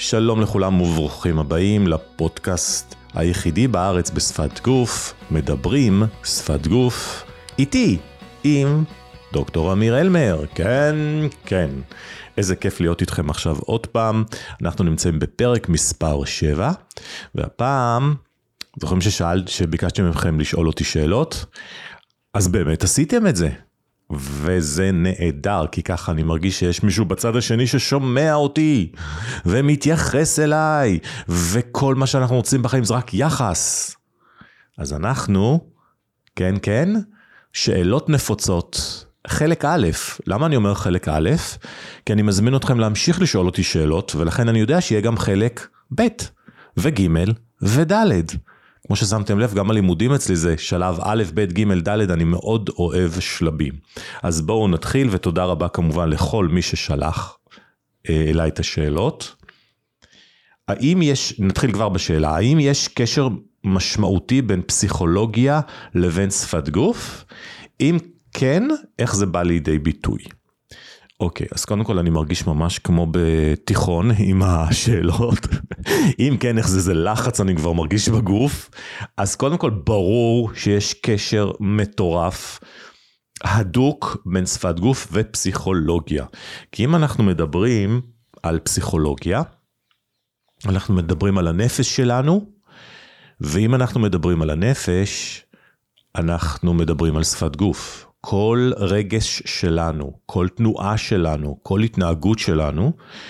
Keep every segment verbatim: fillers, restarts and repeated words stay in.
שלום לכולם וברוכים הבאים לפודקאסט היחידי בארץ בשפת גוף, מדברים שפת גוף, איתי, עם דוקטור אמיר אלמר. כן, כן. איזה כיף להיות איתכם עכשיו עוד פעם. אנחנו נמצאים בפרק מספר שבע, והפעם, זוכרים ששאלת, שביקשתי מכם לשאול אותי שאלות? אז באמת עשיתם את זה. וזה נהדר, כי ככה אני מרגיש שיש מישהו בצד השני ששומע אותי, ומתייחס אליי, וכל מה שאנחנו רוצים בחיים זה רק יחס. אז אנחנו, כן כן, שאלות נפוצות, חלק א', למה אני אומר חלק א'? כי אני מזמין אתכם להמשיך לשאול אותי שאלות, ולכן אני יודע שיהיה גם חלק ב' וג' וד'. כמו ששמתם לב, גם הלימודים אצלי זה שלב א', ב', ג', ד', אני מאוד אוהב שלבים. אז בואו נתחיל, ותודה רבה כמובן לכל מי ששלח אליי את השאלות. האם יש, נתחיל כבר בשאלה, האם יש קשר משמעותי בין פסיכולוגיה לבין שפת גוף? אם כן, איך זה בא לידי ביטוי? אוקיי, אז קודם כל אני מרגיש ממש כמו בתיכון עם השאלות. אם כן, איך זה, זה לחץ, אני כבר מרגיש בגוף. אז קודם כל ברור שיש קשר מטורף, הדוק בין שפת גוף ופסיכולוגיה. כי אם אנחנו מדברים על פסיכולוגיה, אנחנו מדברים על הנפש שלנו, ואם אנחנו מדברים על הנפש, אנחנו מדברים על שפת גוף. כל רגש שלנו, כל תנועה שלנו, כל התנהגות שלנו,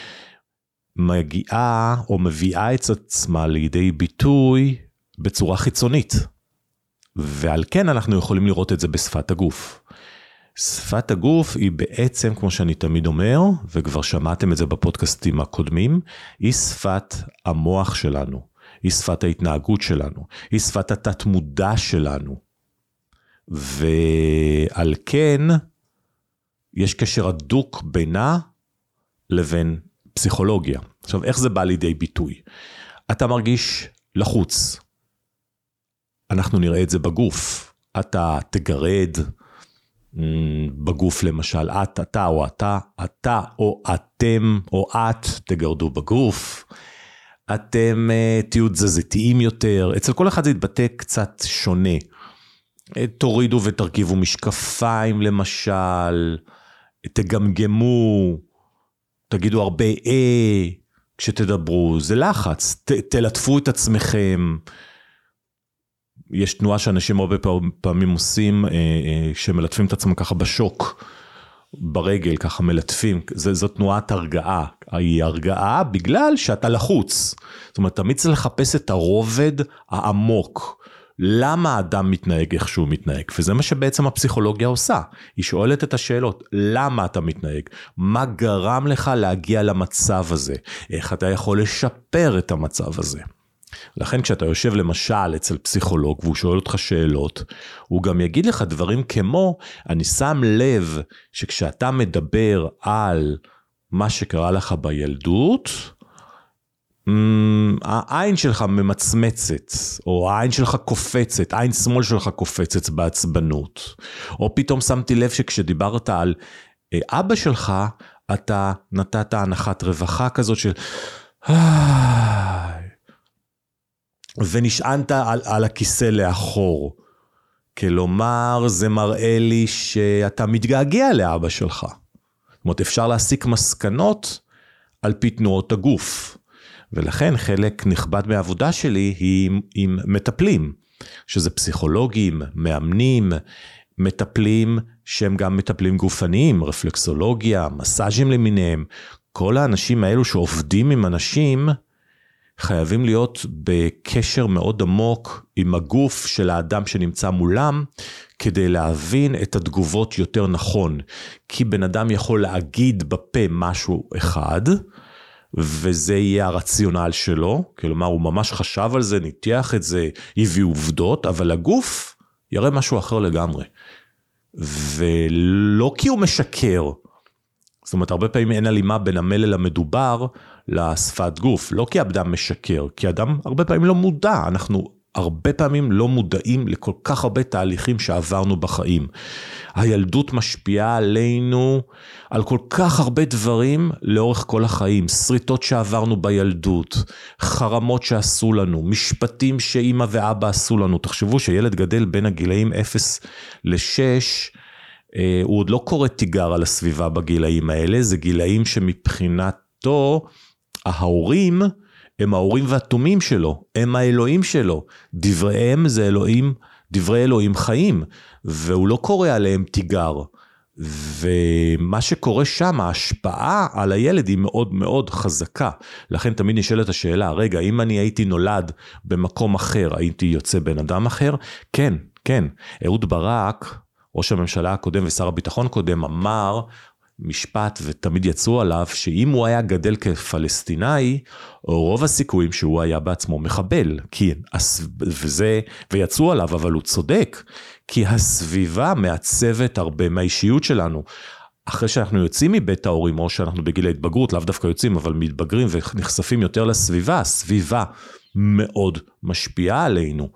מגיעה או מביאה את עצמה לידי ביטוי בצורה חיצונית. ועל כן אנחנו יכולים לראות את זה בשפת הגוף. שפת הגוף היא בעצם, כמו שאני תמיד אומר, וכבר שמעתם את זה בפודקאסטים הקודמים, היא שפת המוח שלנו, היא שפת ההתנהגות שלנו, היא שפת התת-מודע שלנו. ועל כן יש קשר הדוק בינה לבין פסיכולוגיה. עכשיו, איך זה בא לידי ביטוי? אתה מרגיש לחוץ. אנחנו נראה את זה בגוף. אתה תגרד בגוף למשל, את, אתה או אתה, אתה או אתם או את תגרדו בגוף. אתם תהיו תזזיתיים יותר. אצל כל אחד זה יתבטא קצת שונה. תורידו ותרכיבו משקפיים למשל, תגמגמו, תגידו הרבה אה, כשתדברו, זה לחץ, ת, תלטפו את עצמכם. יש תנועה שאנשים הרבה פעמים עושים, אה, אה, שמלטפים את עצמם ככה בשוק, ברגל, ככה מלטפים, זה, זו תנועת הרגעה, היא הרגעה בגלל שאתה לחוץ, זאת אומרת, תמיד צריך לחפש את הרובד העמוק, למה האדם מתנהג איך שהוא מתנהג? וזה מה שבעצם הפסיכולוגיה עושה. היא שואלת את השאלות, למה אתה מתנהג? מה גרם לך להגיע למצב הזה? איך אתה יכול לשפר את המצב הזה? לכן כשאתה יושב למשל אצל פסיכולוג והוא שואל אותך שאלות, הוא גם יגיד לך דברים כמו, אני שם לב שכשאתה מדבר על מה שקרה לך בילדות, העין שלך ממצמצת, או העין שלך קופצת, העין שמאל שלך קופצת בעצבנות. או פתאום שמתי לב שכשדיברת על אבא שלך, אתה נתת הנחת רווחה כזאת של, ונשענת על, על הכיסא לאחור. כלומר, זה מראה לי שאתה מתגעגע לאבא שלך. זאת אומרת, אפשר להסיק מסקנות על פי תנועות הגוף. ולכן חלק נכבד מהעבודה שלי היא עם מטפלים, שזה פסיכולוגים, מאמנים, מטפלים שהם גם מטפלים גופניים, רפלקסולוגיה, מסאז'ים למיניהם. כל האנשים האלו שעובדים עם אנשים חייבים להיות בקשר מאוד עמוק עם הגוף של האדם שנמצא מולם, כדי להבין את התגובות יותר נכון. כי בן אדם יכול להגיד בפה משהו אחד, וזה יהיה הרציונל שלו, כלומר הוא ממש חשב על זה, ניתח את זה, הביא עובדות, אבל הגוף יראה משהו אחר לגמרי. ולא כי הוא משקר, זאת אומרת הרבה פעמים אין הלימה בין המלל המדובר לשפת גוף, לא כי האדם משקר, כי האדם הרבה פעמים לא מודע, אנחנו הרבה פעמים לא מודעים לכל כך הרבה תהליכים שעברנו בחיים. הילדות משפיעה עלינו, על כל כך הרבה דברים לאורך כל החיים, שריטות שעברנו בילדות, חרמות שעשו לנו, משפטים שאמא ואבא עשו לנו. תחשבו שילד גדל בין הגילאים אפס לשש, הוא עוד לא קורא תיגר על הסביבה בגילאים האלה, זה גילאים שמבחינתו, ההורים הם ההורים והתומים שלו, הם האלוהים שלו, דבריהם זה אלוהים, דברי אלוהים חיים, והוא לא קורא עליהם תיגר, ומה שקורה שם, ההשפעה על הילד היא מאוד מאוד חזקה, לכן תמיד נשאלת השאלה, רגע, אם אני הייתי נולד במקום אחר, הייתי יוצא בן אדם אחר? כן, כן, אהוד ברק, ראש הממשלה הקודם ושר הביטחון קודם, אמר משפט ותמיד יצאו עליו, שאם הוא היה גדל כפלסטינאי, רוב הסיכויים שהוא היה בעצמו מחבל, כי, וזה, ויצאו עליו, אבל הוא צודק, כי הסביבה מעצבת הרבה מהאישיות שלנו, אחרי שאנחנו יוצאים מבית ההורים, או שאנחנו בגיל ההתבגרות, לאו דווקא יוצאים, אבל מתבגרים ונחשפים יותר לסביבה, הסביבה מאוד משפיעה עלינו,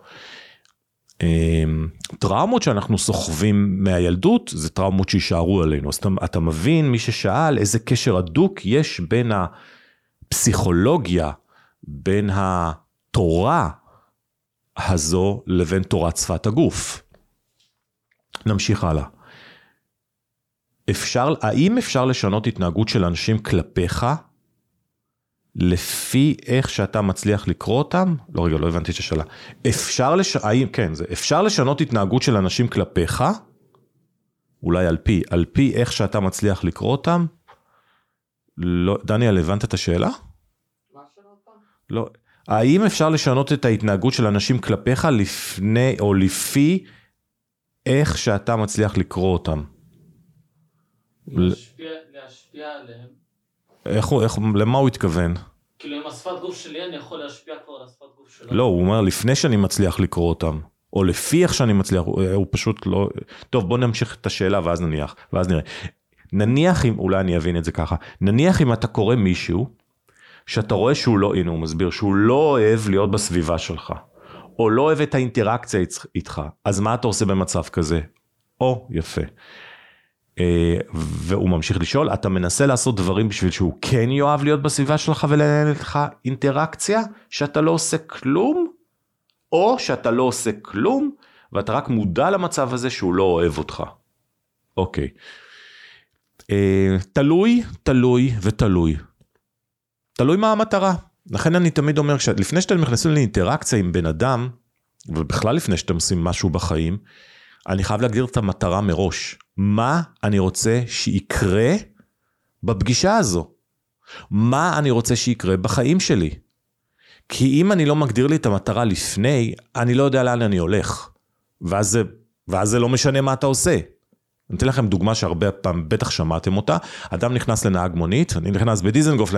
טראומות שאנחנו סוחבים מהילדות, זה טראומות שישארו עלינו, אז אתה, אתה מבין, מי ששאל, איזה קשר הדוק יש בין הפסיכולוגיה, בין התורה הזו, לבין תורת שפת הגוף. נמשיך הלאה. אפשר, האם אפשר לשנות התנהגות של אנשים כלפיך, לפי איך שאתה מצליח לקרוא אותם? לא, רגע, לא הבנתי את השאלה. אפשר לש... האם, כן, זה, אפשר לשנות התנהגות של אנשים כלפיך? אולי על פי, על פי איך שאתה מצליח לקרוא אותם? לא, דניאל, הבנת את השאלה? מה שאלה אותם? לא. האם אפשר לשנות את ההתנהגות של אנשים כלפיך לפני, או לפי איך שאתה מצליח לקרוא אותם? להשפיע, להשפיע עליהם. איך הוא, איך, למה הוא התכוון? כאילו עם השפת גוף שלי אני יכול להשפיע כבר על השפת גוף שלו. לא, הוא אומר לפני שאני מצליח לקרוא אותם, או לפי איך שאני מצליח, הוא, הוא פשוט לא, טוב בוא נמשיך את השאלה ואז נניח, ואז נראה. נניח אם, אולי אני אבין את זה ככה, נניח אם אתה קורא מישהו, שאתה רואה שהוא לא, הנה הוא מסביר, שהוא לא אוהב להיות בסביבה שלך, או לא אוהב את האינטראקציה איתך, אז מה אתה עושה במצב כזה? או, יפה. והוא ממשיך לשאול, אתה מנסה לעשות דברים בשביל שהוא כן יאהב להיות בסביבה שלך ולנהל לך אינטראקציה, שאתה לא עושה כלום, או שאתה לא עושה כלום, ואתה רק מודע למצב הזה שהוא לא אוהב אותך. אוקיי. תלוי, תלוי ותלוי. תלוי מה המטרה. לכן אני תמיד אומר, לפני שאתם נכנסים לאינטראקציה עם בן אדם, ובכלל לפני שאתם עושים משהו בחיים, אני חייב להגדיר את המטרה מראש. מה אני רוצה שיקרה בפגישה הזו? מה אני רוצה שיקרה בחיים שלי? כי אם אני לא מגדיר לי את המטרה לפני, אני לא יודע לאן אני הולך. ואז זה, ואז זה לא משנה מה אתה עושה. אני אתן לכם דוגמה שהרבה פעם בטח שמעתם אותה. אדם נכנס לנהג מונית, אני נכנס בדיזנגוף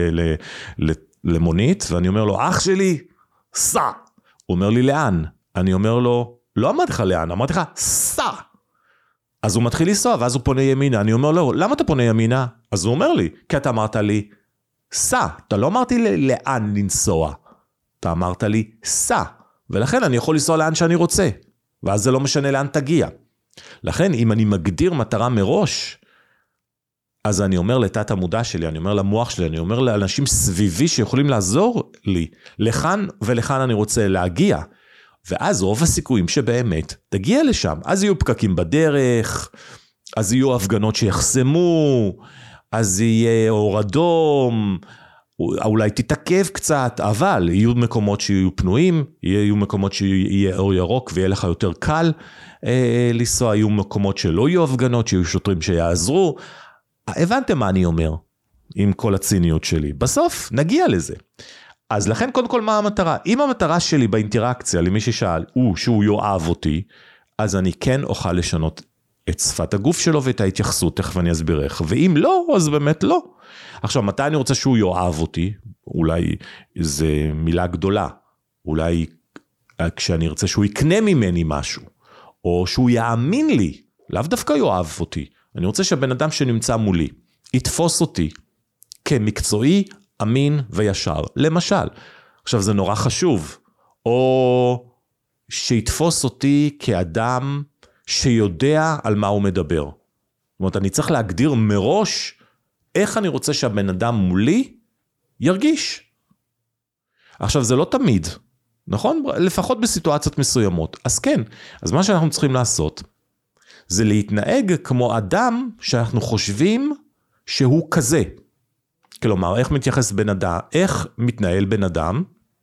למונית, ואני אומר לו, אח שלי, סע. הוא אומר לי, לאן? אני אומר לו, לא אמרתי לך לאן, אמרתי לך, סע. אז הוא מתחיל לנסוע, ואז הוא פונה ימינה. אני אומר לו, למה אתה פונה ימינה? אז הוא אומר לי, כי אתה אמרת לי, סע. אתה לא אמרתי לי לאן לנסוע. אתה אמרת לי, סע. ולכן אני יכול לנסוע לאן שאני רוצה. ואז זה לא משנה לאן תגיע. לכן, אם אני מגדיר מטרה מראש, אז אני אומר לתת המודע שלי, אני אומר למוח שלי, אני אומר לאנשים סביבי שיכולים לעזור לי, לכאן ולכאן אני רוצה להגיע. ואז רוב הסיכויים שבאמת תגיע לשם. אז יהיו פקקים בדרך, אז יהיו הפגנות שיחסמו, אז יהיה אור אדום, אולי תתעכב קצת, אבל יהיו מקומות שיהיו פנויים, יהיו מקומות שיהיה אור ירוק ויהיה לך יותר קל אה, לנסוע, יהיו מקומות שלא יהיו הפגנות, שיהיו שוטרים שיעזרו. הבנתם מה אני אומר עם כל הציניות שלי? בסוף נגיע לזה. אז לכן קודם כל מה המטרה? אם המטרה שלי באינטראקציה למי ששאל הוא שהוא יאהב אותי, אז אני כן אוכל לשנות את שפת הגוף שלו ואת ההתייחסות, תכף אני אסביר איך, ואם לא, אז באמת לא. עכשיו, מתי אני רוצה שהוא יאהב אותי? אולי זה מילה גדולה, אולי כשאני ארצה שהוא יקנה ממני משהו, או שהוא יאמין לי, לאו דווקא יאהב אותי, אני רוצה שהבן אדם שנמצא מולי, יתפוס אותי כמקצועי, אמין וישר, למשל. עכשיו זה נורא חשוב, או שיתפוס אותי כאדם שיודע על מה הוא מדבר. זאת אומרת, אני צריך להגדיר מראש איך אני רוצה שהבן אדם מולי ירגיש. עכשיו, זה לא תמיד, נכון? לפחות בסיטואציות מסוימות. אז כן, אז מה שאנחנו צריכים לעשות, זה להתנהג כמו אדם שאנחנו חושבים שהוא כזה. כלומר, איך מתייחס בן אדם, איך מתנהל בן אדם,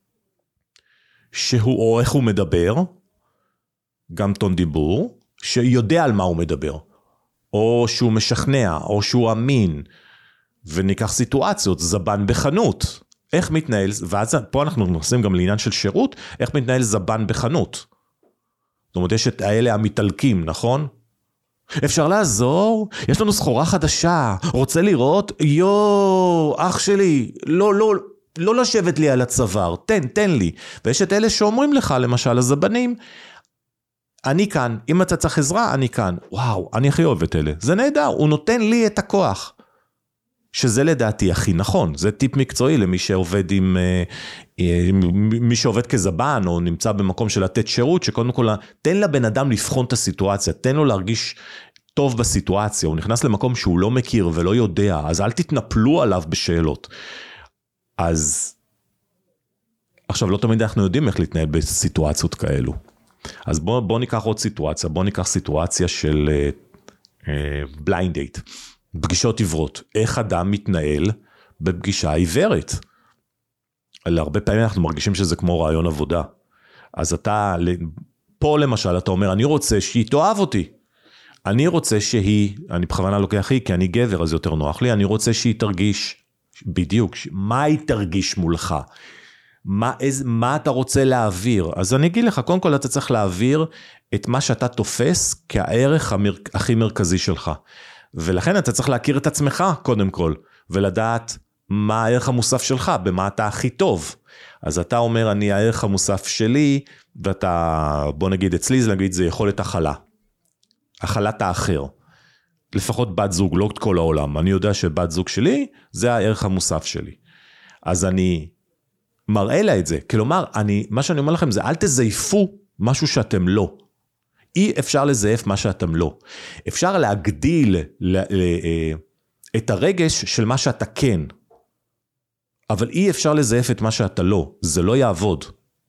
שהוא, או איך הוא מדבר, גם טון דיבור, שיודע על מה הוא מדבר, או שהוא משכנע, או שהוא אמין, וניקח סיטואציות, זבן בחנות, איך מתנהל, ואז פה אנחנו נושאים גם לעניין של שירות, איך מתנהל זבן בחנות. זאת אומרת, יש את האלה המתעלקים, נכון? אפשר לעזור? יש לנו סחורה חדשה, רוצה לראות? יו, אח שלי, לא, לא, לא לשבת לי על הצוואר, תן, תן לי. ויש את אלה שאומרים לך, למשל, הזבנים, אני כאן, אם אתה צריך עזרה, אני כאן. וואו, אני הכי אוהב את אלה. זה נהדר, הוא נותן לי את הכוח. שזה לדעתי הכי נכון, זה טיפ מקצועי למי שעובד עם, מי שעובד כזבן, או נמצא במקום של לתת שירות, שקודם כל, תן לבן אדם לבחון את הסיטואציה, תן לו להרגיש טוב בסיטואציה, הוא נכנס למקום שהוא לא מכיר ולא יודע, אז אל תתנפלו עליו בשאלות. אז, עכשיו לא תמיד אנחנו יודעים איך להתנהל בסיטואציות כאלו. אז בוא, בוא ניקח עוד סיטואציה, בוא ניקח סיטואציה של בליינד דייט. פגישות עיוורות, איך אדם מתנהל בפגישה עיוורת. להרבה פעמים אנחנו מרגישים שזה כמו רעיון עבודה. אז אתה, פה למשל, אתה אומר, אני רוצה שהיא תאהב אותי. אני רוצה שהיא, אני בכוונה לוקח היא, כי אני גבר, אז יותר נוח לי, אני רוצה שהיא תרגיש, בדיוק, מה היא תרגיש מולך? מה, איז, מה אתה רוצה להעביר? אז אני אגיד לך, קודם כל אתה צריך להעביר את מה שאתה תופס כערך המר, הכי מרכזי שלך. ולכן אתה צריך להכיר את עצמך קודם כל, ולדעת מה הערך המוסף שלך, במה אתה הכי טוב. אז אתה אומר, אני הערך המוסף שלי, ואתה, בוא נגיד אצלי, זה נגיד, זה יכולת הכלה. הכלת האחר. לפחות בת זוג, לא את כל העולם. אני יודע שבת זוג שלי, זה הערך המוסף שלי. אז אני מראה לה את זה. כלומר, אני, מה שאני אומר לכם זה, אל תזייפו משהו שאתם לא. אי אפשר לזייף מה שאתם לא. אפשר להגדיל ל, ל, את הרגש של מה שאתה כן. אבל אי אפשר לזייף את מה שאתה לא. זה לא יעבוד.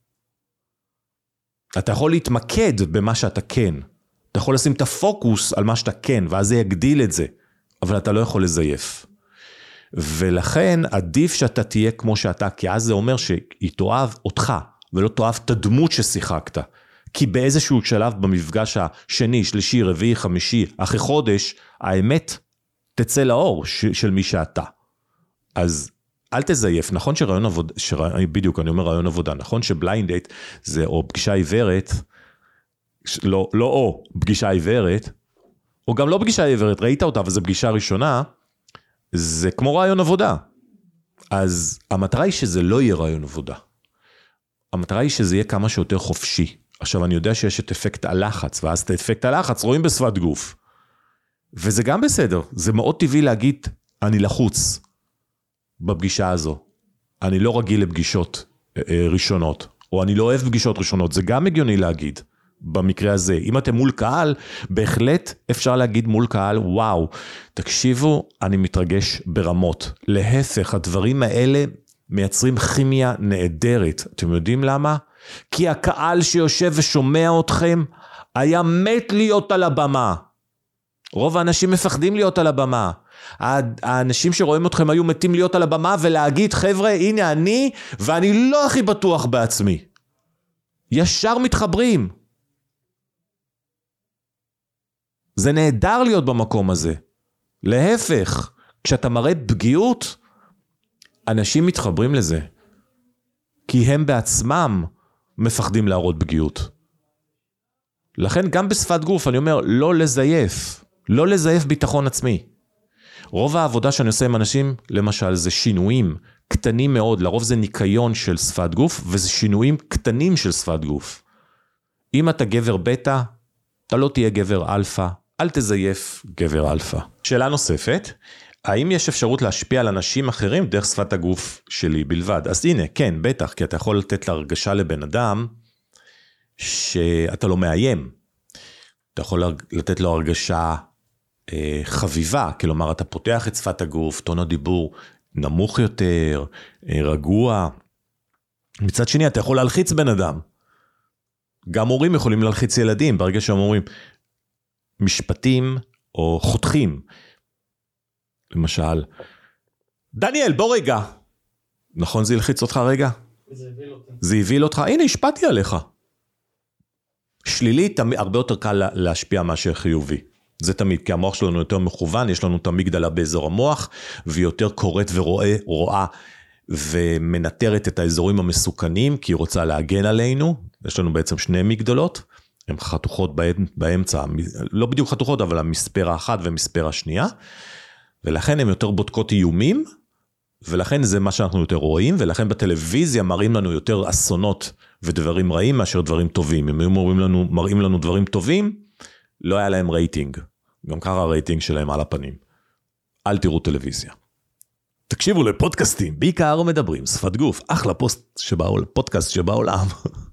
אתה יכול להתמקד במה שאתה כן. אתה יכול לשים את הפוקוס על מה שאתה כן, ואז זה יגדיל את זה. אבל אתה לא יכול לזייף. ולכן עדיף שאתה תהיה כמו שאתה, כי אז זה אומר שהיא תאהב אותך, ולא תאהב את הדמות ששיחקת. כי באיזשהו שלב במפגש השני, שלישי, רביעי, חמישי, אחרי חודש, האמת תצא לאור של מי שאתה. אז אל תזייף, נכון שרעיון עבודה, שרע... בדיוק אני אומר רעיון עבודה, נכון שבליינד דייט זה או פגישה עיוורת, לא, לא או פגישה עיוורת, או גם לא פגישה עיוורת, ראית אותה וזו פגישה ראשונה, זה כמו רעיון עבודה. אז המטרה היא שזה לא יהיה רעיון עבודה. המטרה היא שזה יהיה כמה שיותר חופשי. עכשיו אני יודע שיש את אפקט הלחץ, ואז את אפקט הלחץ רואים בשפת גוף. וזה גם בסדר, זה מאוד טבעי להגיד, אני לחוץ בפגישה הזו. אני לא רגיל לפגישות אה, ראשונות, או אני לא אוהב פגישות ראשונות, זה גם הגיוני להגיד. במקרה הזה, אם אתם מול קהל, בהחלט אפשר להגיד מול קהל, וואו, תקשיבו, אני מתרגש ברמות. להפך, הדברים האלה מייצרים כימיה נהדרת. אתם יודעים למה? כי הקהל שיושב ושומע אתכם, היה מת להיות על הבמה. רוב האנשים מפחדים להיות על הבמה. האנשים שרואים אתכם היו מתים להיות על הבמה ולהגיד, חבר'ה, הנה אני, ואני לא הכי בטוח בעצמי. ישר מתחברים. זה נהדר להיות במקום הזה. להפך, כשאתה מראה פגיעות, אנשים מתחברים לזה. כי הם בעצמם מפחדים להראות פגיעות. לכן גם בשפת גוף אני אומר, לא לזייף. לא לזייף ביטחון עצמי. רוב העבודה שאני עושה עם אנשים, למשל, זה שינויים קטנים מאוד. לרוב זה ניקיון של שפת גוף, וזה שינויים קטנים של שפת גוף. אם אתה גבר בטא, אתה לא תהיה גבר אלפא. אל תזייף גבר אלפא. שאלה נוספת, האם יש אפשרות להשפיע על אנשים אחרים דרך שפת הגוף שלי בלבד? אז הנה, כן, בטח, כי אתה יכול לתת להרגשה לבן אדם, שאתה לא מאיים. אתה יכול לתת לו הרגשה אה, חביבה, כלומר אתה פותח את שפת הגוף, טון הדיבור נמוך יותר, אה, רגוע. מצד שני אתה יכול להלחיץ בן אדם. גם הורים יכולים להלחיץ ילדים, ברגע שהם אומרים משפטים או חותכים. למשל, דניאל בוא רגע. נכון זה ילחיץ אותך רגע? זה הביל אותי. זה הביל אותך, הנה השפעתי עליך. שלילית, הרבה יותר קל להשפיע מאשר חיובי. זה תמיד, כי המוח שלנו יותר מכוון, יש לנו את המגדלה באזור המוח, והיא יותר קוראת ורואה, רואה, ומנטרת את האזורים המסוכנים, כי היא רוצה להגן עלינו. יש לנו בעצם שני מגדלות, הן חתוכות באמצע, לא בדיוק חתוכות, אבל המספר האחת ומספר השנייה, ולכן הן יותר בודקות איומים, ולכן זה מה שאנחנו יותר רואים, ולכן בטלוויזיה מראים לנו יותר אסונות ודברים רעים מאשר דברים טובים. אם הם מראים לנו, מראים לנו דברים טובים, לא היה להם רייטינג. גם ככה הרייטינג שלהם על הפנים. אל תראו טלוויזיה. תקשיבו לפודקאסטים, בעיקר מדברים, שפת גוף, אחלה פוסט שבעול, פודקאסט שבעולם.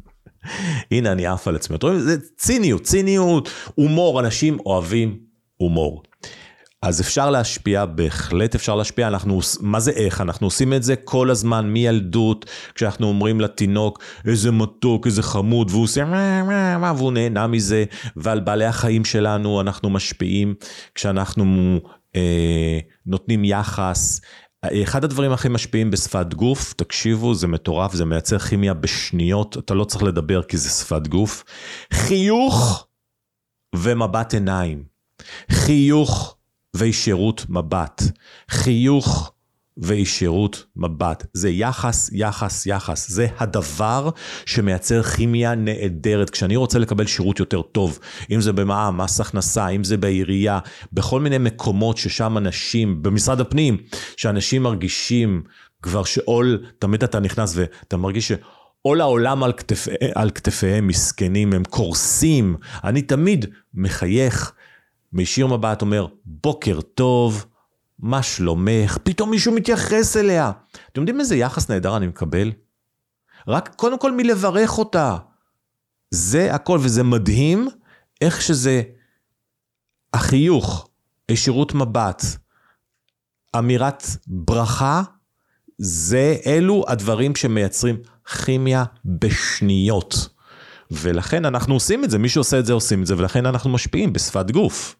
הנה אני עף על עצמי. זה ציניות, ציניות, הומור, אנשים אוהבים הומור. אז אפשר להשפיע, בהחלט אפשר להשפיע, אנחנו, מה זה איך? אנחנו עושים את זה כל הזמן, מילדות, כשאנחנו אומרים לתינוק, איזה מתוק, איזה חמוד, והוא עושה, מה, מה, מה, והוא נהנה מזה, ועל בעלי החיים שלנו אנחנו משפיעים, כשאנחנו אה, נותנים יחס. אחד הדברים הכי משפיעים בשפת גוף, תקשיבו, זה מטורף, זה מייצר כימיה בשניות, אתה לא צריך לדבר כי זה שפת גוף. חיוך ומבט עיניים. חיוך וישירות מבט, חיוך וישירות מבט, זה יחס, יחס, יחס, זה הדבר שמייצר כימיה נהדרת, כשאני רוצה לקבל שירות יותר טוב, אם זה במע"מ, מס הכנסה, אם זה בעירייה, בכל מיני מקומות ששם אנשים, במשרד הפנים, שאנשים מרגישים כבר שעול, תמיד אתה נכנס ואתה מרגיש ש... עול העולם על, כתפ... על כתפיהם מסכנים, הם קורסים, אני תמיד מחייך, מישיר מבט אומר, בוקר טוב, מה שלומך? פתאום מישהו מתייחס אליה. אתם יודעים איזה יחס נהדר אני מקבל? רק קודם כל מלברך אותה. זה הכל, וזה מדהים איך שזה החיוך, ישירות מבט, אמירת ברכה, זה אלו הדברים שמייצרים כימיה בשניות. ולכן אנחנו עושים את זה, מי שעושה את זה עושים את זה, ולכן אנחנו משפיעים בשפת גוף.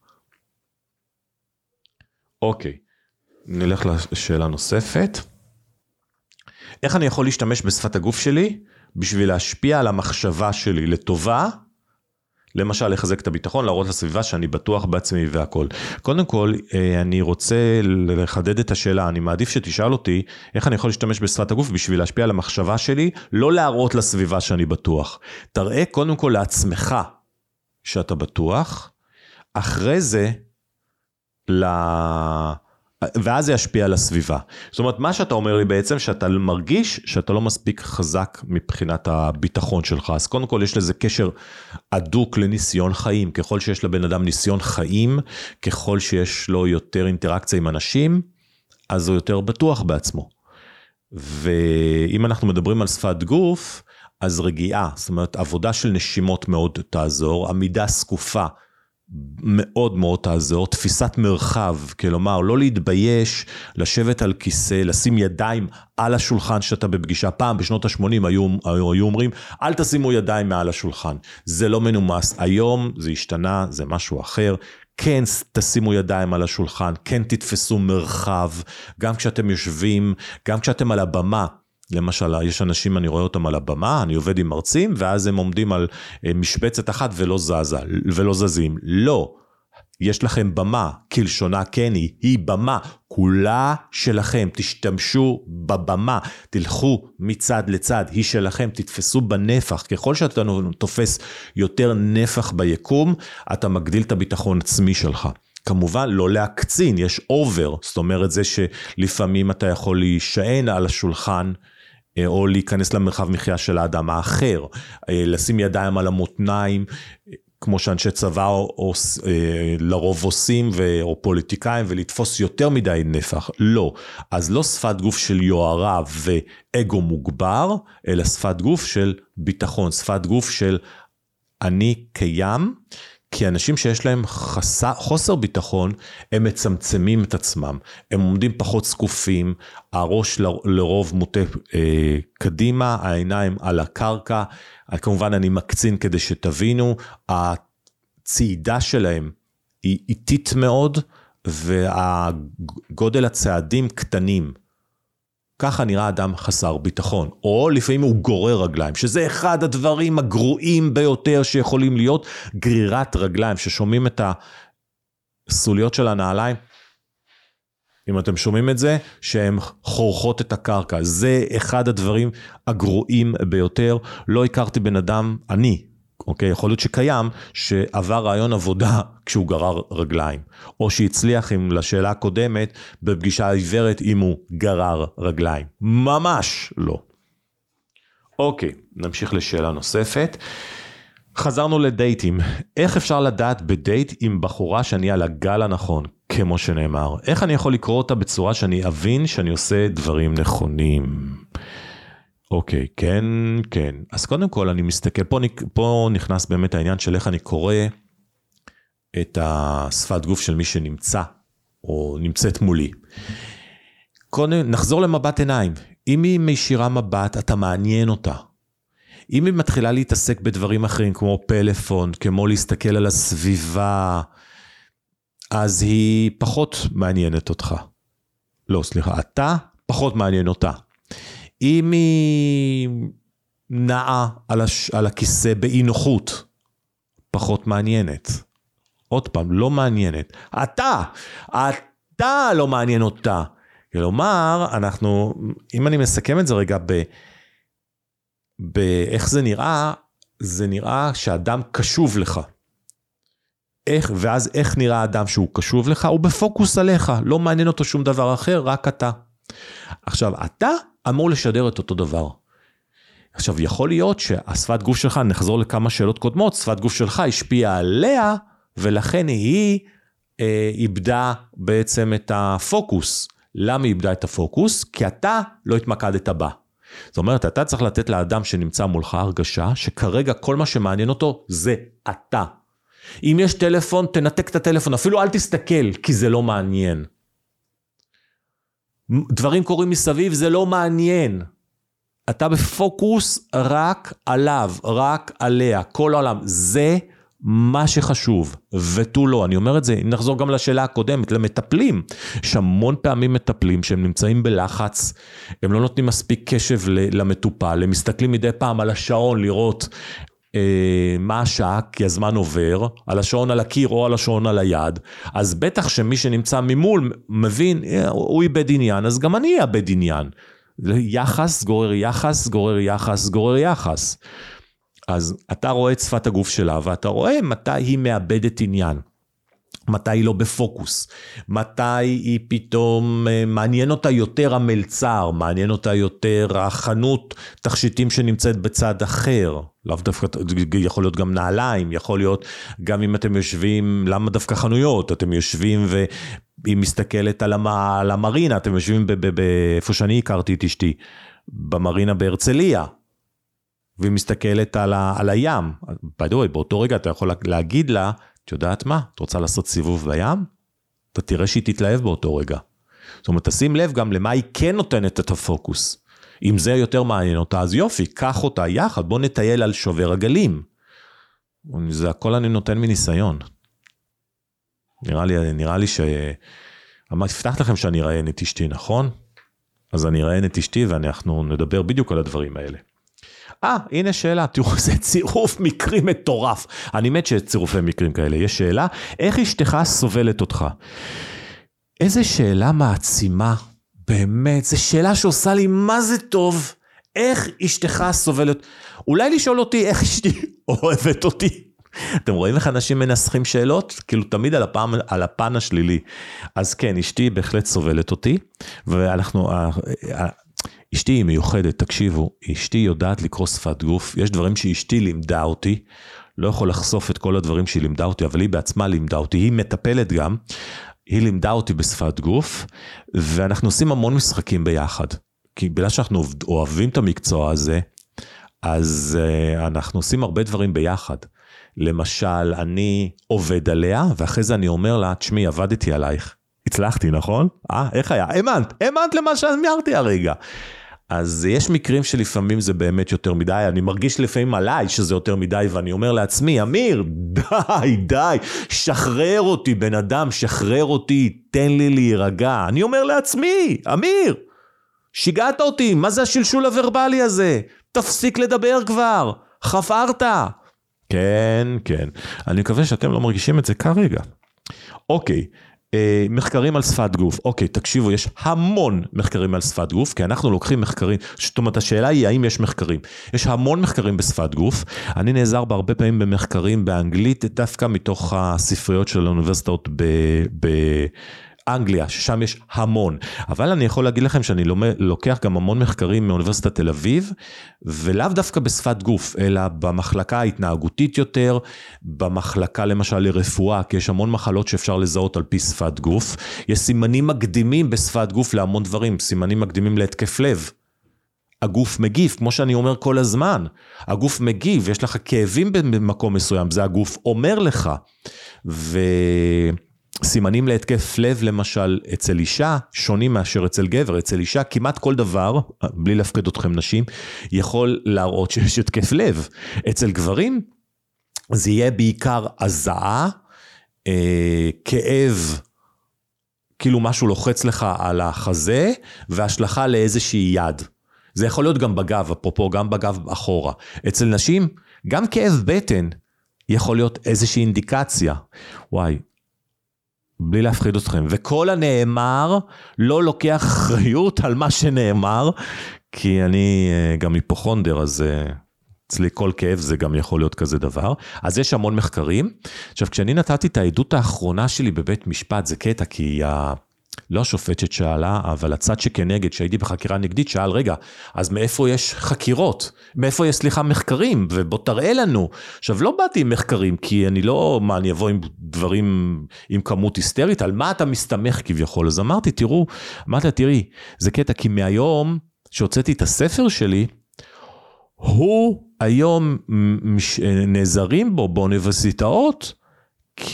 אוקיי, נלך לשאלה נוספת. איך אני יכול להשתמש בשפת הגוף שלי, בשביל להשפיע על המחשבה שלי לטובה, למשל לחזק את הביטחון, להראות לסביבה שאני בטוח בעצמי והכל. קודם כל, אני רוצה לחדד את השאלה, אני מעדיף שתשאל אותי, איך אני יכול להשתמש בשפת הגוף בשביל להשפיע על המחשבה שלי, לא להראות לסביבה שאני בטוח. תראה קודם כל לעצמך שאתה בטוח, אחרי זה, ל... ואז זה ישפיע על הסביבה. זאת אומרת, מה שאתה אומר לי בעצם, שאתה מרגיש שאתה לא מספיק חזק מבחינת הביטחון שלך. אז קודם כל יש לזה קשר עדוק לניסיון חיים. ככל שיש לבן אדם ניסיון חיים, ככל שיש לו יותר אינטראקציה עם אנשים, אז הוא יותר בטוח בעצמו. ואם אנחנו מדברים על שפת גוף, אז רגיעה, זאת אומרת, עבודה של נשימות מאוד תעזור, עמידה סקופה, מאוד מאוד תעזור, תפיסת מרחב, כלומר לא להתבייש, לשבת על כיסא, לשים ידיים על השולחן שאתה בפגישה, פעם בשנות ה-שמונים היו, היו, היו אומרים, אל תשימו ידיים מעל השולחן, זה לא מנומס, היום זה השתנה, זה משהו אחר, כן תשימו ידיים על השולחן, כן תתפסו מרחב, גם כשאתם יושבים, גם כשאתם על הבמה, למשל, יש אנשים, אני רואה אותם על הבמה, אני עובד עם מרצים, ואז הם עומדים על משבצת אחת ולא זזה, ולא זזים. לא, יש לכם במה, כלשונה כן היא, היא במה, כולה שלכם, תשתמשו בבמה, תלכו מצד לצד, היא שלכם, תתפסו בנפח, ככל שאתה תופס יותר נפח ביקום, אתה מגדיל את הביטחון עצמי שלך. כמובן לא להקצין, יש אובר, זאת אומרת זה שלפעמים אתה יכול להישען על השולחן, או להיכנס למרחב מחיה של האדם האחר, לשים ידיים על המותניים, כמו שאנשי צבא או, או, לרוב עושים, או פוליטיקאים, ולתפוס יותר מדי נפח. לא. אז לא שפת גוף של יוהרה ואגו מוגבר, אלא שפת גוף של ביטחון, שפת גוף של אני קיים, כי אנשים שיש להם חסר, חוסר ביטחון, הם מצמצמים את עצמם, הם עומדים פחות זקופים, הראש לרוב מוטה אה, קדימה, העיניים על הקרקע, כמובן אני מקצין כדי שתבינו, הצעידה שלהם היא איטית מאוד, והגודל הצעדים קטנים, ככה נראה אדם חסר ביטחון, או לפעמים הוא גורר רגליים, שזה אחד הדברים הגרועים ביותר שיכולים להיות, גרירת רגליים, ששומעים את הסוליות של הנעליים, אם אתם שומעים את זה, שהן חורכות את הקרקע, זה אחד הדברים הגרועים ביותר, לא הכרתי בן אדם, אני, אוקיי, יכול להיות שקיים, שעבר רעיון עבודה כשהוא גרר רגליים, או שהצליח עם לשאלה הקודמת, בפגישה העיוורת אם הוא גרר רגליים, ממש לא. אוקיי, נמשיך לשאלה נוספת, חזרנו לדייטים, איך אפשר לדעת בדייט עם בחורה שאני על הגל הנכון, כמו שנאמר, איך אני יכול לקרוא אותה בצורה שאני אבין שאני עושה דברים נכונים? אוקיי, כן, כן. אז קודם כל אני מסתכל, פה, פה נכנס באמת העניין של איך אני קורא את השפת גוף של מי שנמצא, או נמצאת מולי. קודם, נחזור למבט עיניים. אם היא מישירה מבט, אתה מעניין אותה. אם היא מתחילה להתעסק בדברים אחרים, כמו פלאפון, כמו להסתכל על הסביבה, אז היא פחות מעניינת אותך. לא, סליחה, אתה פחות מעניין אותה. אם היא נעה על, הש... על הכיסא באי נוחות, פחות מעניינת. עוד פעם, לא מעניינת. אתה, אתה לא מעניין אותה. כלומר, אנחנו, אם אני מסכם את זה רגע, ב... באיך זה נראה, זה נראה שהאדם קשוב לך. איך, ואז איך נראה האדם שהוא קשוב לך? הוא בפוקוס עליך, לא מעניין אותו שום דבר אחר, רק אתה. עכשיו, אתה אמור לשדר את אותו דבר. עכשיו, יכול להיות שהשפת גוף שלך, נחזור לכמה שאלות קודמות, שפת גוף שלך השפיעה עליה, ולכן היא אה, איבדה בעצם את הפוקוס. למה היא איבדה את הפוקוס? כי אתה לא התמקדת בה. זאת אומרת, אתה צריך לתת לאדם שנמצא מולך הרגשה, שכרגע כל מה שמעניין אותו זה אתה. אם יש טלפון, תנתק את הטלפון, אפילו אל תסתכל, כי זה לא מעניין. דברים קורים מסביב, זה לא מעניין. אתה בפוקוס רק עליו, רק עליה, כל העולם. זה מה שחשוב, ותו לא. אני אומר את זה, אם נחזור גם לשאלה הקודמת, למטפלים. יש המון פעמים מטפלים שהם נמצאים בלחץ, הם לא נותנים מספיק קשב למטופל, הם מסתכלים מדי פעם על השעון לראות אה, מה השעה, כי הזמן עובר, על השעון על הקיר או על השעון על היד, אז בטח שמי שנמצא ממול מבין, הוא איבד עניין, אז גם אני אאבד עניין. יחס, גורר יחס, גורר יחס, גורר יחס. אז אתה רואה את שפת הגוף שלה, ואתה רואה מתי היא מאבדת עניין, מתי היא לא בפוקוס, מתי היא פתאום מעניין אותה יותר המלצר, מעניין אותה יותר החנות תכשיטים שנמצאת בצד אחר, לאו דווקא, יכול להיות גם נעליים, יכול להיות גם אם אתם יושבים, למה דווקא חנויות, אתם יושבים והיא מסתכלת על, המ, על המרינה, אתם יושבים באיפה שאני הכרתי את אשתי, במרינה בהרצליה, והיא מסתכלת על, ה, על הים, בדוי, באותו רגע אתה יכול להגיד לה, את יודעת מה, את רוצה לעשות סיבוב בים? אתה תראה שהיא תתלהב באותו רגע. זאת אומרת, תשים לב גם למה היא כן נותנת את הפוקוס. אם זה יותר מעניין אותה, אז יופי, קח אותה יחד, בוא נטייל על שובר הגלים. זה הכל אני נותן מניסיון. נראה לי, נראה לי ש... הבטחת לכם שאני אראה את אשתי, נכון? אז אני אראה את אשתי ואנחנו נדבר בדיוק על הדברים האלה. אה, הנה שאלה, תראו, זה צירוף מקרים מטורף. אני מת שצירופי מקרים כאלה. יש שאלה, איך אשתך סובלת אותך? איזה שאלה מעצימה, באמת, זו שאלה שעושה לי מה זה טוב, איך אשתך סובלת, אולי לשאול אותי איך אשתי אוהבת אותי. אתם רואים איך אנשים מנסחים שאלות? כאילו תמיד על הפן, על הפן השלילי. אז כן, אשתי בהחלט סובלת אותי, ואנחנו... אשתי היא מיוחדת, תקשיבו, אשתי יודעת לקרוא שפת גוף, יש דברים שאשתי לימדה אותי, לא יכול לחשוף את כל הדברים שהיא לימדה אותי, אבל היא בעצמה לימדה אותי, היא מטפלת גם, היא לימדה אותי בשפת גוף, ואנחנו עושים המון משחקים ביחד, כי בגלל שאנחנו אוהבים את המקצוע הזה, אז uh, אנחנו עושים הרבה דברים ביחד, למשל, אני עובד עליה, ואחרי זה אני אומר לה, תשמעי, עבדתי עלייך. הצלחתי, נכון? אה, איך היה? אמנת, אמנת למה שאמרתי הרגע. אז יש מקרים שלפעמים זה באמת יותר מדי, אני מרגיש לפעמים עליי שזה יותר מדי, ואני אומר לעצמי, אמיר, די, די, שחרר אותי, בן אדם, שחרר אותי, תן לי להירגע. אני אומר לעצמי, אמיר, שיגעת אותי, מה זה השלשול הוורבלי הזה? תפסיק לדבר כבר, חפרת. כן, כן, אני מקווה שאתם לא מרגישים את זה כרגע. אוקיי. מחקרים על שפת גוף, אוקיי, תקשיבו, יש המון מחקרים על שפת גוף, כי אנחנו לוקחים מחקרים, זאת אומרת, השאלה היא האם יש מחקרים, יש המון מחקרים בשפת גוף, אני נעזר בהרבה פעמים במחקרים באנגלית, דווקא מתוך הספריות של האוניברסיטאות באנגליה, ששם יש המון, אבל אני יכול להגיד לכם שאני לוקח גם המון מחקרים מאוניברסיטת תל אביב, ולאו דווקא בשפת גוף, אלא במחלקה ההתנהגותית יותר, במחלקה למשל לרפואה, כי יש המון מחלות שאפשר לזהות על פי שפת גוף, יש סימנים מקדימים בשפת גוף להמון דברים, סימנים מקדימים להתקף לב, הגוף מגיב, כמו שאני אומר כל הזמן, הגוף מגיב, יש לך כאבים במקום מסוים, זה הגוף אומר לך, ו... סימנים להתקף לב למשל אצל אישה, שונים מאשר אצל גבר, אצל אישה כמעט כל דבר, בלי להפקד אתכם נשים, יכול להראות שיש התקף לב. אצל גברים זה יהיה בעיקר הזעה, אה, כאב, כאילו משהו לוחץ לך על החזה, והשלכה לאיזושהי יד. זה יכול להיות גם בגב, אפרופו גם בגב אחורה. אצל נשים, גם כאב בטן יכול להיות איזושהי אינדיקציה. וואי, בלי להפחיד אתכם, וכל הנאמר לא לוקח אחריות על מה שנאמר, כי אני גם היפוכונדר, אז אצלי כל כאב זה גם יכול להיות כזה דבר, אז יש המון מחקרים. עכשיו, כשאני נתתי את העדות האחרונה שלי בבית משפט, זה קטע, כי ה... לא השופטת שאלה, אבל הצד שכנגד, שהייתי בחקירה נגדית, שאל, רגע, אז מאיפה יש חקירות? מאיפה יש, סליחה, מחקרים? ובוא תראה לנו. עכשיו, לא באתי עם מחקרים, כי אני לא, מה, אני אבוא עם דברים, עם כמות היסטרית, על מה אתה מסתמך כביכול? אז אמרתי, תראו, אמרתי, תראי, זה קטע, כי מהיום שהוצאתי את הספר שלי, הוא היום נעזרים בו באוניברסיטאות, כ...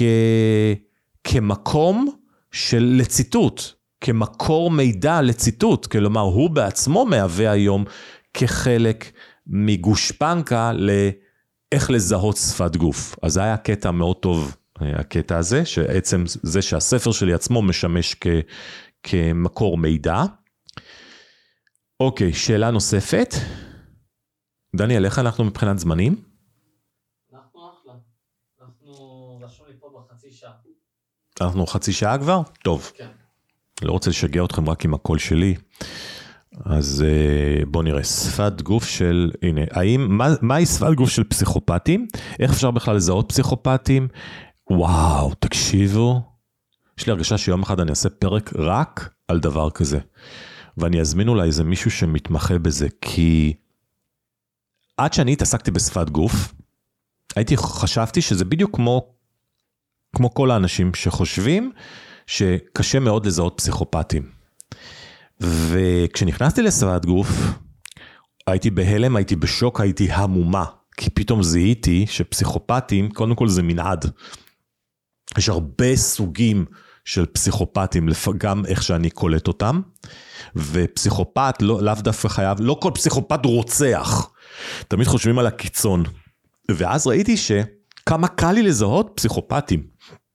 כמקום, של לציטוט, כמקור מידע לציטוט, כלומר הוא בעצמו מהווה היום כחלק מגושפנקה לאיך לזהות שפת גוף. אז זה היה קטע מאוד טוב, הקטע הזה, שעצם זה שהספר שלי עצמו משמש כ, כמקור מידע. אוקיי, שאלה נוספת. דניאל, איך אנחנו מבחינת זמנים? אנחנו אחלה. אנחנו רשום לי פה בחצי שעה. אנחנו חצי שעה כבר? טוב. כן. לא רוצה לשגע אתכם רק עם הקול שלי. אז בואו נראה, שפת גוף של, הנה, האם, מה, מהי שפת גוף של פסיכופטים? איך אפשר בכלל לזהות פסיכופטים? וואו, תקשיבו. יש לי הרגשה שיום אחד אני אעשה פרק רק על דבר כזה. ואני אזמין אולי איזה מישהו שמתמחה בזה, כי עד שאני התעסקתי בשפת גוף, הייתי, חשבתי שזה בדיוק כמו, כמו כל האנשים שחושבים שקשה מאוד לזהות פסיכופטים. וכשנכנסתי לשפת גוף, הייתי בהלם, הייתי בשוק, הייתי המומה, כי פתאום זיהיתי שפסיכופטים, קודם כל זה מנעד. יש הרבה סוגים של פסיכופטים, גם איך שאני קולט אותם, ופסיכופט לא, לאו דווקא חייב, לא כל פסיכופט רוצח, תמיד חושבים על הקיצון. ואז ראיתי שכמה קל לי לזהות פסיכופטים.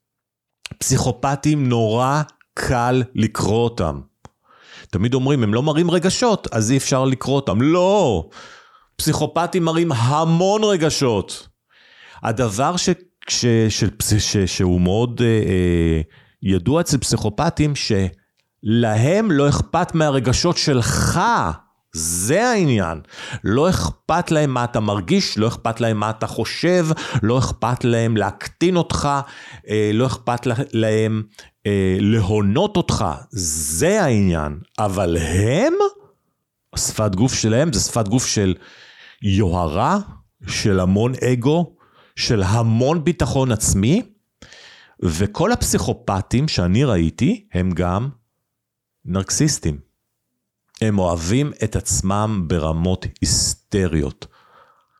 פסיכופטים נורא קל לקרוא אותם. תמיד אומרים, הם לא מראים רגשות, אז אי אפשר לקרוא אותם. לא! פסיכופטים מראים המון רגשות. הדבר ש, ש, של, ש, שהוא מאוד אה, ידוע אצל פסיכופטים, שלהם לא אכפת מהרגשות שלך. זה העניין. לא אכפת להם מה אתה מרגיש, לא אכפת להם מה אתה חושב, לא אכפת להם להקטין אותך, לא אכפת להם להונות אותך. זה העניין. אבל הם, שפת גוף שלהם, זה שפת גוף של יוהרה, של המון אגו, של המון ביטחון עצמי, וכל הפסיכופטים שאני ראיתי, הם גם נרקסיסטים. הם אוהבים את עצמם ברמות היסטריות.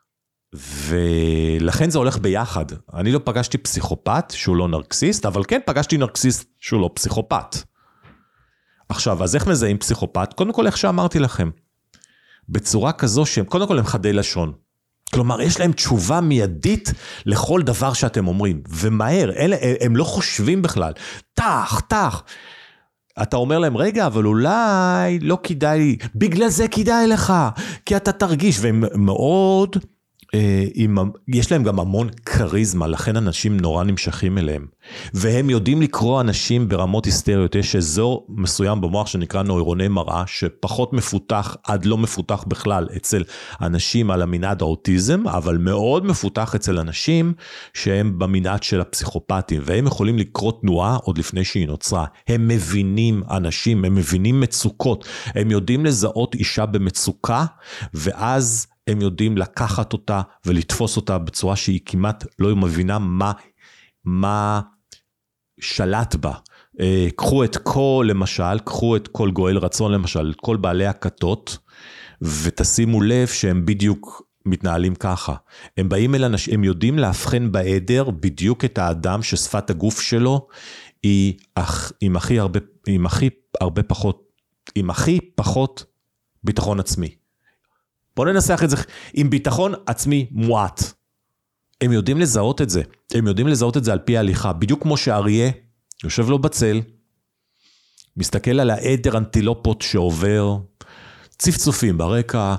ולכן זה הולך ביחד. אני לא פגשתי פסיכופת שהוא לא נרקסיסט, אבל כן פגשתי נרקסיסט שהוא לא פסיכופת. עכשיו, אז איך מזהים פסיכופת? קודם כל, איך שאמרתי לכם, בצורה כזו שהם, קודם כל הם חדי לשון. כלומר, יש להם תשובה מיידית לכל דבר שאתם אומרים, ומהר, אלה, הם לא חושבים בכלל, תח, תח. אתה אומר להם, רגע, אבל אולי לא כדאי, בגלל זה כדאי לך, כי אתה תרגיש, והם מאוד, אה, עם, יש להם גם המון קריזמה, לכן אנשים נורא נמשכים אליהם, והם יודעים לקרוא אנשים ברמות היסטריות, יש אזור מסוים במוח שנקרא נוירוני מראה, שפחות מפותח עד לא מפותח בכלל, אצל אנשים על המנעד האוטיזם, אבל מאוד מפותח אצל אנשים שהם במנעד של הפסיכופטים, והם יכולים לקרוא תנועה עוד לפני שהיא נוצרה, הם מבינים אנשים, הם מבינים מצוקות, הם יודעים לזהות אישה במצוקה, ואז הם יודעים לקחת אותה ולתפוס אותה בצורה שהיא כמעט לא מבינה מה, מה שלט בה. קחו את כל, למשל, קחו את כל גואל רצון, למשל, את כל בעלי הכתות, ותשימו לב שהם בדיוק מתנהלים ככה. הם באים אל אנשים, הם יודעים להבחן בעדר בדיוק את האדם ששפת הגוף שלו היא עם הכי הרבה, עם הכי הרבה פחות, עם הכי פחות ביטחון עצמי. בואו ננסח את זה, עם ביטחון עצמי מועט. הם יודעים לזהות את זה, הם יודעים לזהות את זה על פי ההליכה, בדיוק כמו שאריה יושב לו בצל, מסתכל על העדר אנטילופות שעובר, צפצופים ברקע,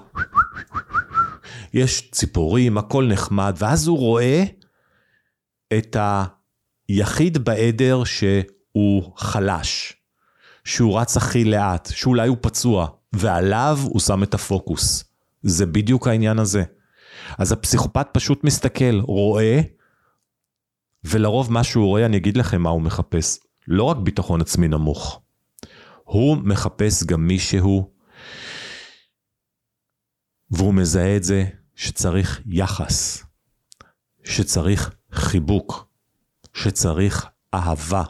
יש ציפורים, הכל נחמד, ואז הוא רואה את היחיד בעדר שהוא חלש, שהוא רץ הכי לאט, שאולי הוא פצוע, ועליו הוא שם את הפוקוס. זה בדיוק העניין הזה. אז הפסיכופת פשוט מסתכל, רואה, ולרוב מה שהוא רואה, אני אגיד לכם מה הוא מחפש. לא רק ביטחון עצמי נמוך. הוא מחפש גם מישהו, והוא מזהה את זה שצריך יחס, שצריך חיבוק, שצריך אהבה.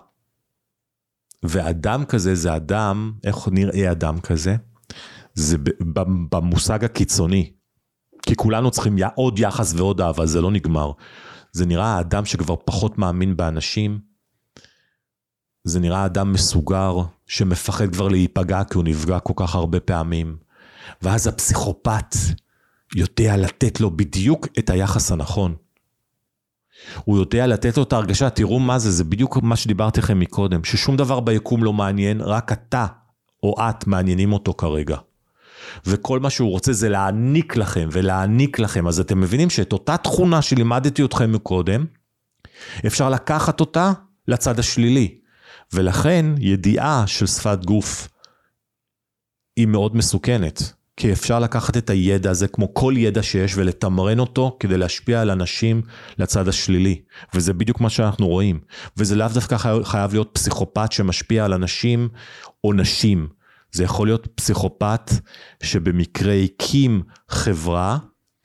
ואדם כזה זה אדם, איך נראה אדם כזה? זה במושג הקיצוני, כי כולנו צריכים עוד יחס ועוד אהבה, זה לא נגמר. זה נראה האדם שכבר פחות מאמין באנשים, זה נראה האדם מסוגר, שמפחד כבר להיפגע, כי הוא נפגע כל כך הרבה פעמים, ואז הפסיכופת יודע לתת לו בדיוק את היחס הנכון. הוא יודע לתת לו את ההרגשה, תראו מה זה, זה בדיוק מה שדיברתי לכם מקודם, ששום דבר ביקום לא מעניין, רק אתה או את מעניינים אותו כרגע. וכל מה שהוא רוצה זה להעניק לכם ולהעניק לכם, אז אתם מבינים שאת אותה תכונה שלימדתי אתכם מקודם, אפשר לקחת אותה לצד השלילי, ולכן ידיעה של שפת גוף היא מאוד מסוכנת, כי אפשר לקחת את הידע הזה כמו כל ידע שיש ולתמרן אותו כדי להשפיע על אנשים לצד השלילי, וזה בדיוק מה שאנחנו רואים, וזה לאו דווקא חייב להיות פסיכופת שמשפיע על אנשים או נשים, זה יכול להיות פסיכופת שבמקרה הקים חברה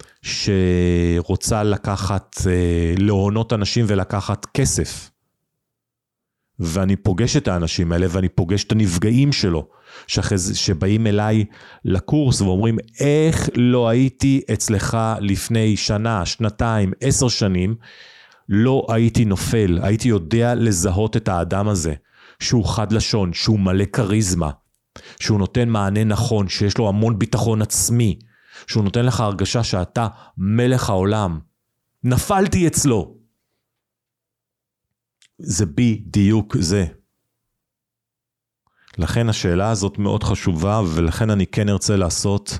שרוצה לקחת, להונות אנשים ולקחת כסף. ואני פוגש את האנשים האלה ואני פוגש את הנפגעים שלו, שבאים אליי לקורס ואומרים, איך לא הייתי אצלך לפני שנה, שנתיים, עשר שנים, לא הייתי נופל, הייתי יודע לזהות את האדם הזה, שהוא חד לשון, שהוא מלא קריזמה, שהוא נותן מענה נכון, שיש לו המון ביטחון עצמי, שהוא נותן לך הרגשה שאתה מלך העולם. נפלתי אצלו. זה בדיוק זה. לכן השאלה הזאת מאוד חשובה, ולכן אני כן ארצה לעשות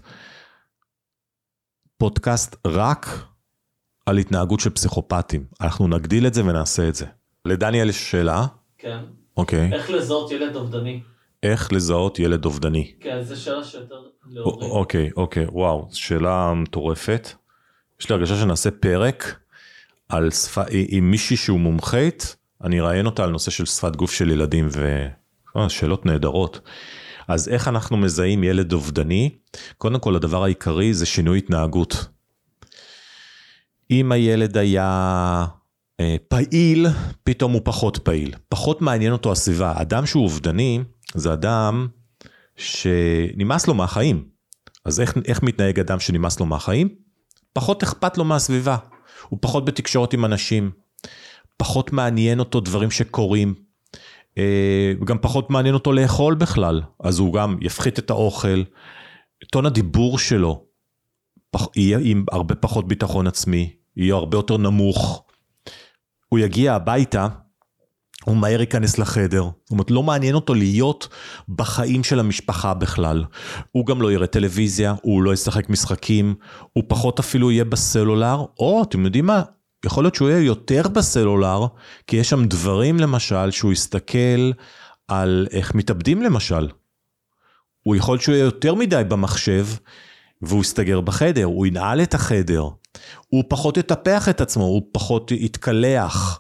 פודקאסט רק על התנהגות של פסיכופטים. אנחנו נגדיל את זה ונעשה את זה. לדניאל יש שאלה? כן. אוקיי. איך לזהות ילד אובדני? איך לזהות ילד אובדני? כן, זו שאלה שיותר להורים. אוקיי, אוקיי, וואו, שאלה מטורפת. יש לי הרגשה שנעשה פרק על שפה, עם מישהי שהוא מומחית, אני ראיין אותה על נושא של שפת גוף של ילדים, ושאלות נהדרות. אז איך אנחנו מזהים ילד אובדני? קודם כל, הדבר העיקרי זה שינוי התנהגות. אם הילד היה פעיל, פתאום הוא פחות פעיל. פחות מעניין אותו הסביבה. אדם שהוא אובדני, זה אדם שנמאס לו מהחיים. אז איך, איך מתנהג אדם שנמאס לו מהחיים? פחות אכפת לו מהסביבה, הוא פחות בתקשורת עם אנשים, פחות מעניין אותו דברים שקורים, גם פחות מעניין אותו לאכול בכלל, אז הוא גם יפחית את האוכל, טון הדיבור שלו, יהיה עם הרבה פחות ביטחון עצמי, יהיה הרבה יותר נמוך, הוא יגיע הביתה, הוא מהר ייכנס לחדר, זאת אומרת, לא מעניין אותו להיות בחיים של המשפחה בכלל, הוא גם לא יראה טלוויזיה, הוא לא ישחק משחקים, הוא פחות אפילו יהיה בסלולר, או אתם יודעים מה, יכול להיות שהוא יהיה יותר בסלולר, כי יש שם דברים למשל, שהוא יסתכל על איך מתאבדים למשל, הוא יכול להיות שהוא יהיה יותר מדי במחשב, והוא יסתגר בחדר, הוא ינעל את החדר, הוא פחות יטפח את עצמו, הוא פחות יתקלח,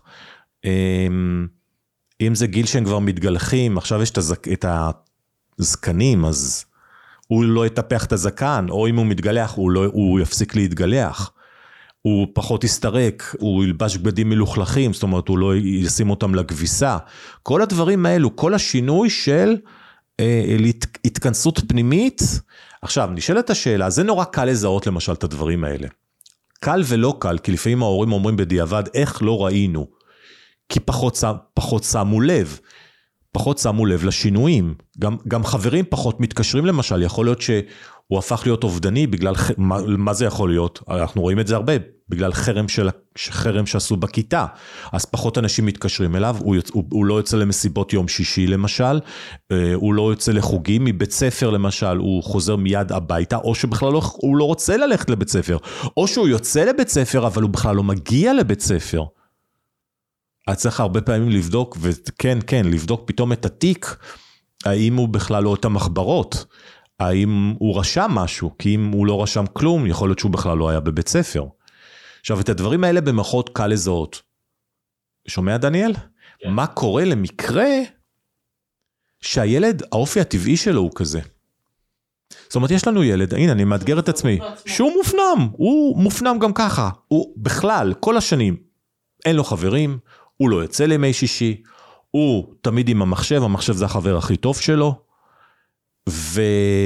אם זה גיל שהם כבר מתגלחים, עכשיו יש את הזקנים, אז הוא לא יטפח את הזקן, או אם הוא מתגלח, הוא, לא, הוא יפסיק להתגלח, הוא פחות יסתרק, הוא ילבש בגדים מלוכלכים, זאת אומרת, הוא לא ישים אותם לכביסה, כל הדברים האלו, כל השינוי של אה, התכנסות פנימית, עכשיו, נשאלת השאלה, זה נורא קל לזהות למשל את הדברים האלה, קל ולא קל, כי לפעמים ההורים אומרים בדיעבד, איך לא ראינו, כי פחות, פחות שמו לב, פחות שמו לב לשינויים, גם, גם חברים פחות מתקשרים למשל, יכול להיות שהוא הפך להיות אובדני, בגלל, מה, מה זה יכול להיות? אנחנו רואים את זה הרבה, בגלל חרם, של, חרם שעשו בכיתה, אז פחות אנשים מתקשרים אליו, הוא, הוא, הוא לא יוצא למסיבות יום שישי למשל, הוא לא יוצא לחוגים, מבית ספר למשל, הוא חוזר מיד הביתה, או שבכלל לא, הוא לא רוצה ללכת לבית ספר, או שהוא יוצא לבית ספר, אבל הוא בכלל לא מגיע לבית ספר, אז צריך הרבה פעמים לבדוק, וכן, כן, לבדוק פתאום את התיק, האם הוא בכלל לא את המחברות, האם הוא רשם משהו, כי אם הוא לא רשם כלום, יכול להיות שהוא בכלל לא היה בבית ספר. עכשיו, את הדברים האלה במחות קל לזהות. שומע, דניאל? כן. מה קורה למקרה שהילד, האופי הטבעי שלו הוא כזה? זאת אומרת, יש לנו ילד, הנה, אני מאתגר את עצמי, שהוא מופנם, הוא מופנם גם ככה, הוא בכלל, כל השנים, אין לו חברים, הוא לא יוצא לימי שישי, הוא תמיד עם המחשב, המחשב זה החבר הכי טוב שלו, ו...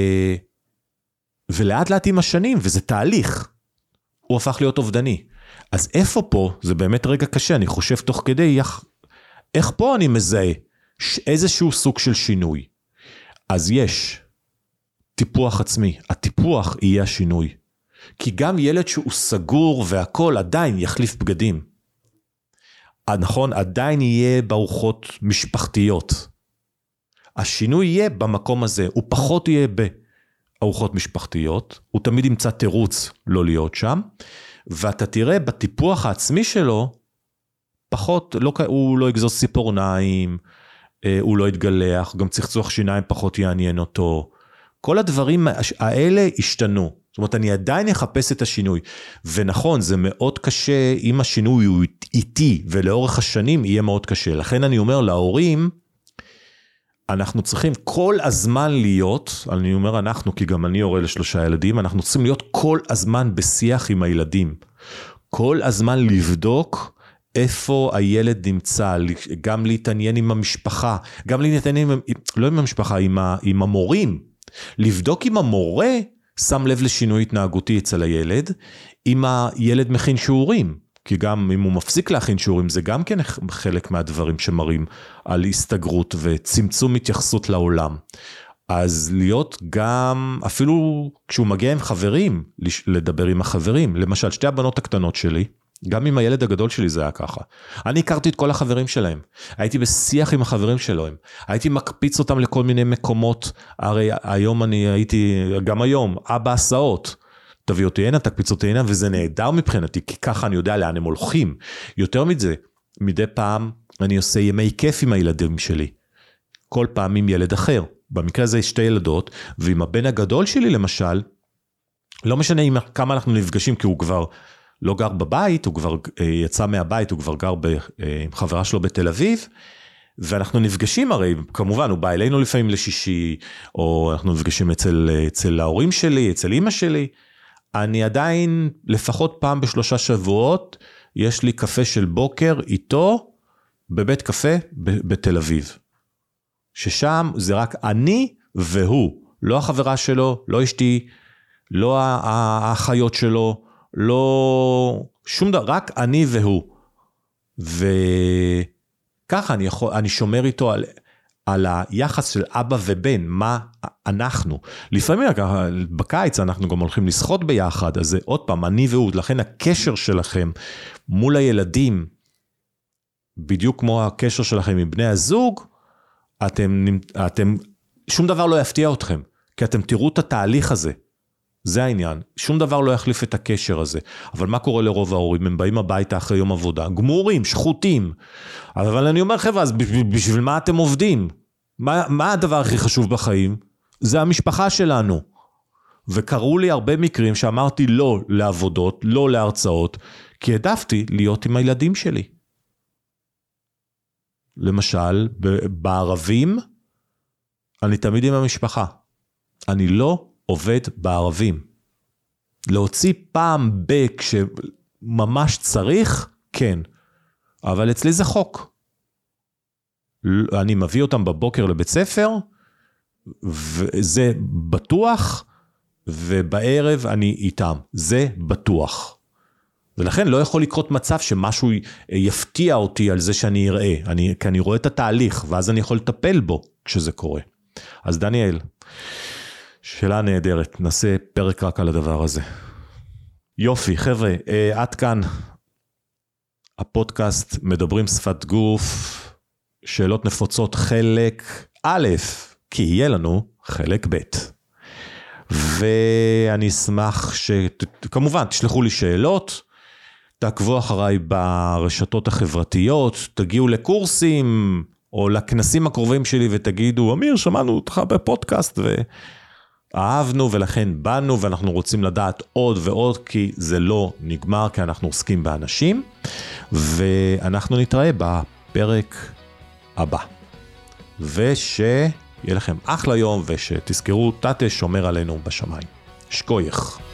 ולאט לאט עם השנים, וזה תהליך, הוא הפך להיות אובדני. אז איפה פה, זה באמת רגע קשה, אני חושב תוך כדי, איך, איך פה אני מזהה איזשהו סוג של שינוי. אז יש טיפוח עצמי, הטיפוח יהיה השינוי. כי גם ילד שהוא סגור והכל עדיין יחליף בגדים. נכון, עדיין יהיה בארוחות משפחתיות. השינוי יהיה במקום הזה, הוא פחות יהיה בארוחות משפחתיות, הוא תמיד ימצא תירוץ לא להיות שם, ואתה תראה בטיפוח העצמי שלו, פחות, לא, הוא לא יגזוז ציפורניים, הוא לא יתגלח, גם צחצוח שיניים פחות יעניין אותו, כל הדברים האלה השתנו, זאת אומרת, אני עדיין אחפש את השינוי, ונכון, זה מאוד קשה, אם השינוי הוא איטי, ולאורך השנים יהיה מאוד קשה, לכן אני אומר להורים, אנחנו צריכים כל הזמן להיות, אני אומר אנחנו, כי גם אני הורה לשלושה ילדים, אנחנו צריכים להיות כל הזמן בשיח עם הילדים, כל הזמן לבדוק איפה הילד נמצא, גם להתעניין עם המשפחה, גם להתעניין, לא עם המשפחה, עם, ה, עם המורים, לבדוק עם המורה, שם לב לשינוי התנהגותי אצל הילד, אם הילד מכין שיעורים, כי גם אם הוא מפסיק להכין שיעורים, זה גם כן חלק מהדברים שמראים על הסתגרות וצמצום התייחסות לעולם. אז להיות גם, אפילו כשהוא מגיע עם חברים, לדבר עם החברים, למשל שתי הבנות הקטנות שלי, גם עם הילד הגדול שלי זה היה ככה. אני הכרתי את כל החברים שלהם, הייתי בשיח עם החברים שלהם, הייתי מקפיץ אותם לכל מיני מקומות, הרי היום אני הייתי, גם היום, אבא הסעות, תביא אותי הנה, תקפיץ אותי הנה, וזה נהדר מבחינתי, כי ככה אני יודע לאן הם הולכים. יותר מזה, מדי פעם אני עושה ימי כיף עם הילדים שלי, כל פעם עם ילד אחר, במקרה הזה שתי ילדות, ועם הבן הגדול שלי למשל, לא משנה עם כמה אנחנו נפגשים, כי הוא כבר לא גר בבית, הוא כבר יצא מהבית, הוא כבר גר ב, עם חברה שלו בתל אביב, ואנחנו נפגשים הרי, כמובן, הוא בא אלינו לפעמים לשישי, או אנחנו נפגשים אצל, אצל ההורים שלי, אצל אמא שלי, אני עדיין, לפחות פעם בשלושה שבועות, יש לי קפה של בוקר איתו, בבית קפה בתל אביב. ששם זה רק אני והוא, לא החברה שלו, לא אשתי, לא האחיות שלו, לא, שום דבר, רק אני והוא. וככה אני יכול, אני שומר איתו על, על היחס של אבא ובן, מה אנחנו. לפעמים בקיץ אנחנו גם הולכים לשחות ביחד, אז זה עוד פעם, אני והוא, לכן הקשר שלכם מול הילדים, בדיוק כמו הקשר שלכם עם בני הזוג, אתם, אתם, שום דבר לא יפתיע אתכם, כי אתם תראו את התהליך הזה. זה העניין. שום דבר לא יחליף את הקשר הזה. אבל מה קורה לרוב ההורים? הם באים הביתה אחרי יום עבודה, גמורים, שחוטים. אבל אני אומר, חבר'ה, אז בשביל מה אתם עובדים? מה, מה הדבר הכי חשוב בחיים? זה המשפחה שלנו. וקראו לי הרבה מקרים שאמרתי לא לעבודות, לא להרצאות, כי העדפתי להיות עם הילדים שלי. למשל, בערבים, אני תמיד עם המשפחה. אני לא עובד בערבים. להוציא פעם ב, כשממש צריך, כן. אבל אצלי זה חוק. אני מביא אותם בבוקר לבית ספר, וזה בטוח, ובערב אני איתם. זה בטוח. ולכן לא יכול לקרות מצב שמשהו יפתיע אותי על זה שאני אראה. אני, כי אני רואה את התהליך, ואז אני יכול לטפל בו כשזה קורה. אז דניאל, שאלה נהדרת, נעשה פרק רק על הדבר הזה. יופי, חבר'ה, אה, עד כאן הפודקאסט מדברים שפת גוף, שאלות נפוצות חלק א', כי יהיה לנו חלק ב'. ואני אשמח שכמובן תשלחו לי שאלות, תעקבו אחריי ברשתות החברתיות, תגיעו לקורסים או לכנסים הקרובים שלי ותגידו, אמיר, שמענו אותך בפודקאסט ואהבנו ולכן באנו ואנחנו רוצים לדעת עוד ועוד, כי זה לא נגמר, כי אנחנו עוסקים באנשים, ואנחנו נתראה בפרק הבא. ושיהיה לכם אחלה יום, ושתזכרו, תתה שומר עלינו בשמיים. שקוייך.